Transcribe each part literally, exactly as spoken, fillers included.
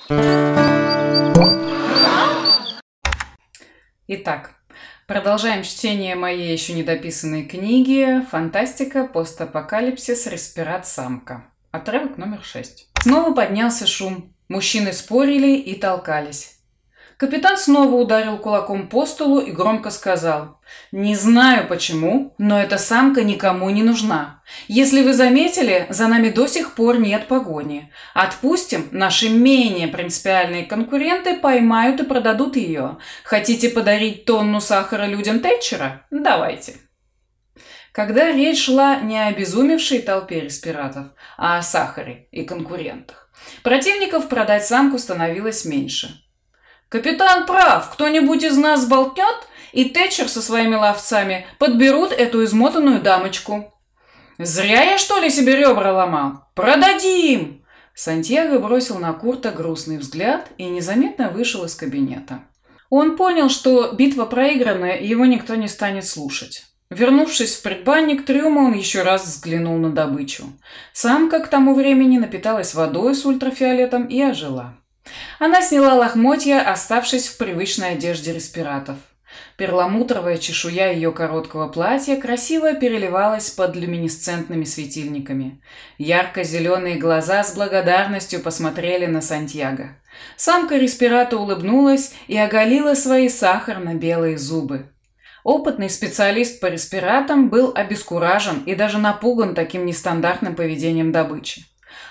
Итак, продолжаем чтение моей еще недописанной книги «Фантастика. Постапокалипсис. Респират-самка». Отрывок номер шесть. Снова поднялся шум. Мужчины спорили и толкались. Капитан снова ударил кулаком по столу и громко сказал: «Не знаю почему, но эта самка никому не нужна. Если вы заметили, за нами до сих пор нет погони. Отпустим, наши менее принципиальные конкуренты поймают и продадут ее. Хотите подарить тонну сахара людям Тэтчера? Давайте». Когда речь шла не о обезумевшей толпе респиратов, а о сахаре и конкурентах, противников продать самку становилось меньше. «Капитан прав, кто-нибудь из нас болтнет, и Тэтчер со своими ловцами подберут эту измотанную дамочку». «Зря я, что ли, себе ребра ломал? Продадим!» Сантьяго бросил на Курта грустный взгляд и незаметно вышел из кабинета. Он понял, что битва проиграна, и его никто не станет слушать. Вернувшись в предбанник трюма, он еще раз взглянул на добычу. Самка к тому времени напиталась водой с ультрафиолетом и ожила. Она сняла лохмотья, оставшись в привычной одежде респиратов. Перламутровая чешуя ее короткого платья красиво переливалась под люминесцентными светильниками. Ярко-зеленые глаза с благодарностью посмотрели на Сантьяго. Самка респирата улыбнулась и оголила свои сахарно-белые зубы. Опытный специалист по респиратам был обескуражен и даже напуган таким нестандартным поведением добычи.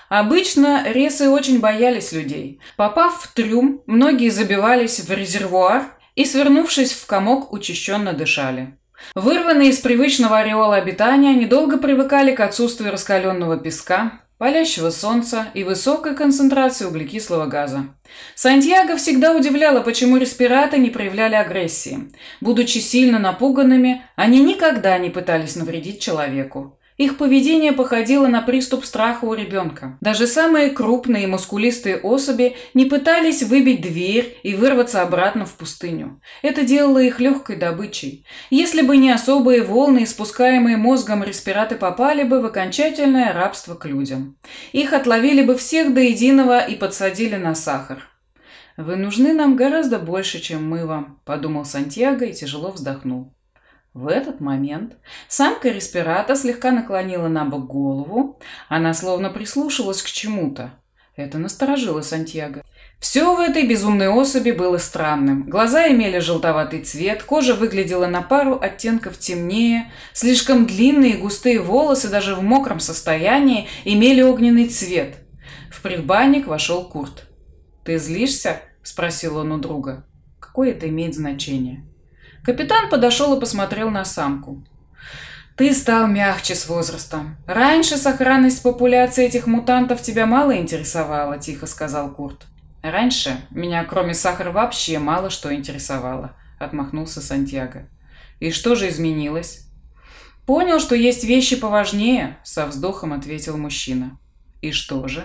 Обычно ресы очень боялись людей. Попав в трюм, многие забивались в резервуар и, свернувшись в комок, учащенно дышали. Вырванные из привычного ореола обитания, они долго привыкали к отсутствию раскаленного песка, палящего солнца и высокой концентрации углекислого газа. Сантьяго всегда удивляло, почему респираты не проявляли агрессии. Будучи сильно напуганными, они никогда не пытались навредить человеку. Их поведение походило на приступ страха у ребенка. Даже самые крупные и мускулистые особи не пытались выбить дверь и вырваться обратно в пустыню. Это делало их легкой добычей. Если бы не особые волны, испускаемые мозгом, респираты попали бы в окончательное рабство к людям. Их отловили бы всех до единого и подсадили на сахар. «Вы нужны нам гораздо больше, чем мы вам», – подумал Сантьяго и тяжело вздохнул. В этот момент самка респирата слегка наклонила на бок голову. Она словно прислушивалась к чему-то. Это насторожило Сантьяго. Все в этой безумной особи было странным. Глаза имели желтоватый цвет, кожа выглядела на пару оттенков темнее, слишком длинные и густые волосы даже в мокром состоянии имели огненный цвет. В предбанник вошел Курт. «Ты злишься?» – спросил он у друга. «Какое это имеет значение?» Капитан подошел и посмотрел на самку. «Ты стал мягче с возрастом. Раньше сохранность популяции этих мутантов тебя мало интересовала», – тихо сказал Курт. «Раньше меня, кроме сахара, вообще мало что интересовало», – отмахнулся Сантьяго. «И что же изменилось?» «Понял, что есть вещи поважнее», – со вздохом ответил мужчина. «И что же?»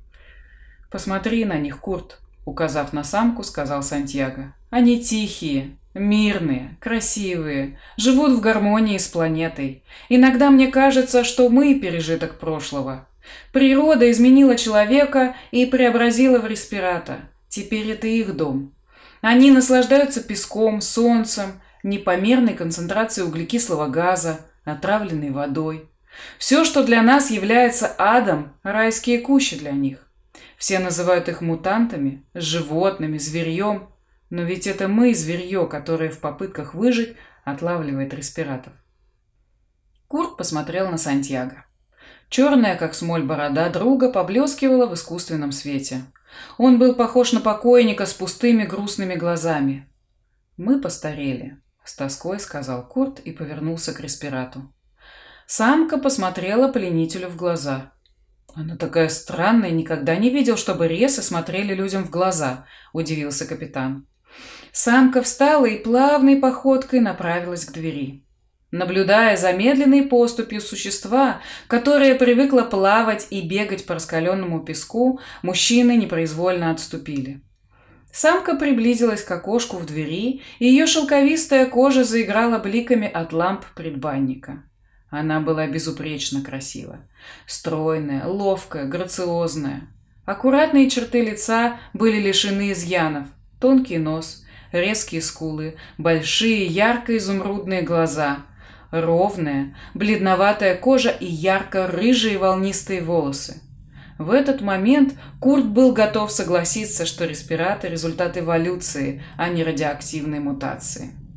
«Посмотри на них, Курт», – указав на самку, сказал Сантьяго. «Они тихие, мирные, красивые, живут в гармонии с планетой. Иногда мне кажется, что мы пережиток прошлого. Природа изменила человека и преобразила в респирата. Теперь это их дом. Они наслаждаются песком, солнцем, непомерной концентрацией углекислого газа, отравленной водой. Все, что для нас является адом, райские кущи для них. Все называют их мутантами, животными, зверьем. Но ведь это мы, зверье, которое в попытках выжить отлавливает респиратов». Курт посмотрел на Сантьяго. Черная, как смоль, борода друга поблескивала в искусственном свете. Он был похож на покойника с пустыми грустными глазами. «Мы постарели», — с тоской сказал Курт и повернулся к респирату. Самка посмотрела пленителю в глаза. «Она такая странная, никогда не видел, чтобы ресы смотрели людям в глаза», — удивился капитан. Самка встала и плавной походкой направилась к двери. Наблюдая за медленной поступью существа, которое привыкло плавать и бегать по раскаленному песку, мужчины непроизвольно отступили. Самка приблизилась к окошку в двери, и ее шелковистая кожа заиграла бликами от ламп предбанника. Она была безупречно красива. Стройная, ловкая, грациозная. Аккуратные черты лица были лишены изъянов. Тонкий нос, резкие скулы, большие ярко-изумрудные глаза, ровная, бледноватая кожа и ярко-рыжие волнистые волосы. В этот момент Курт был готов согласиться, что респираты – результат эволюции, а не радиоактивной мутации.